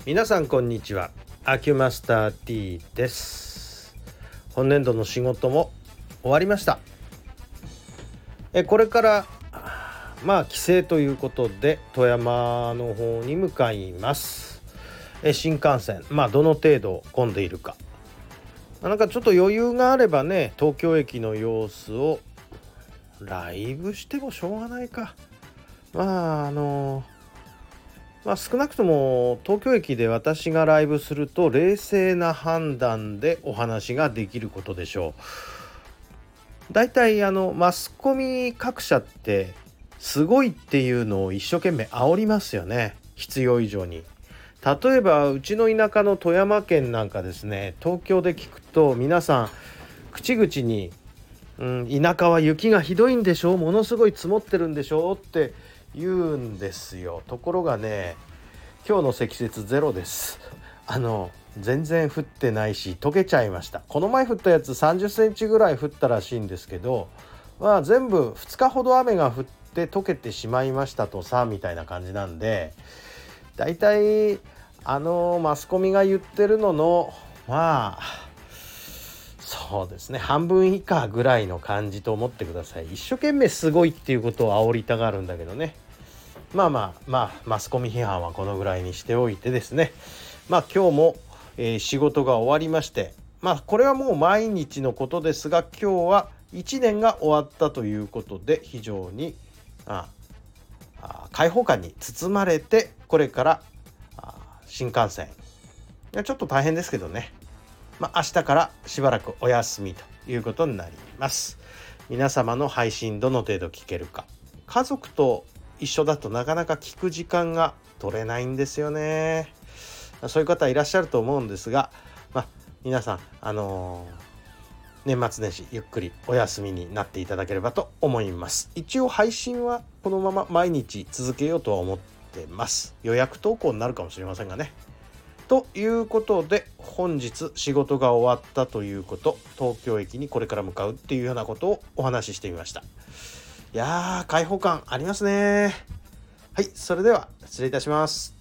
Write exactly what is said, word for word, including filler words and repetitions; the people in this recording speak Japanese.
皆さんこんにちは。アキュマスター T です。本年度の仕事も終わりました。えこれからまあ帰省ということで富山の方に向かいます。え新幹線まあどの程度混んでいるか、なんかちょっと余裕があればね、東京駅の様子をライブしてもしょうがないか。まああのまあ、少なくとも東京駅で私がライブすると冷静な判断でお話ができることでしょう。だいたいあのマスコミ各社ってすごいっていうのを一生懸命煽りますよね、必要以上に。例えばうちの田舎の富山県なんかですね、東京で聞くと皆さん口々に、うん、田舎は雪がひどいんでしょう、ものすごい積もってるんでしょうって言うんですよ。ところがね、今日の積雪ゼロです。あの全然降ってないし溶けちゃいました。この前降ったやつさんじゅっセンチぐらい降ったらしいんですけど、まあ全部ふつかほど雨が降って溶けてしまいましたとさみたいな感じなんで、だいたいあのマスコミが言ってるののまあそうですね、半分以下ぐらいの感じと思ってください。一生懸命すごいっていうことを煽りたがるんだけどね。まあまあまあマスコミ批判はこのぐらいにしておいてですね、まあ今日も、えー、仕事が終わりまして、まあこれはもう毎日のことですが、今日はいちねんが終わったということで非常にああ開放感に包まれて、これからあ新幹線ちょっと大変ですけどね、まあ、明日からしばらくお休みということになります。皆様の配信どの程度聞けるか、家族と一緒だとなかなか聞く時間が取れないんですよね。そういう方いらっしゃると思うんですが、まあ、皆さん、あのー、年末年始ゆっくりお休みになっていただければと思います。一応配信はこのまま毎日続けようとは思ってます。予約投稿になるかもしれませんがね。ということで本日仕事が終わったということ、東京駅にこれから向かうっていうようなことをお話ししてみました。いやー開放感ありますね。はい、それでは失礼いたします。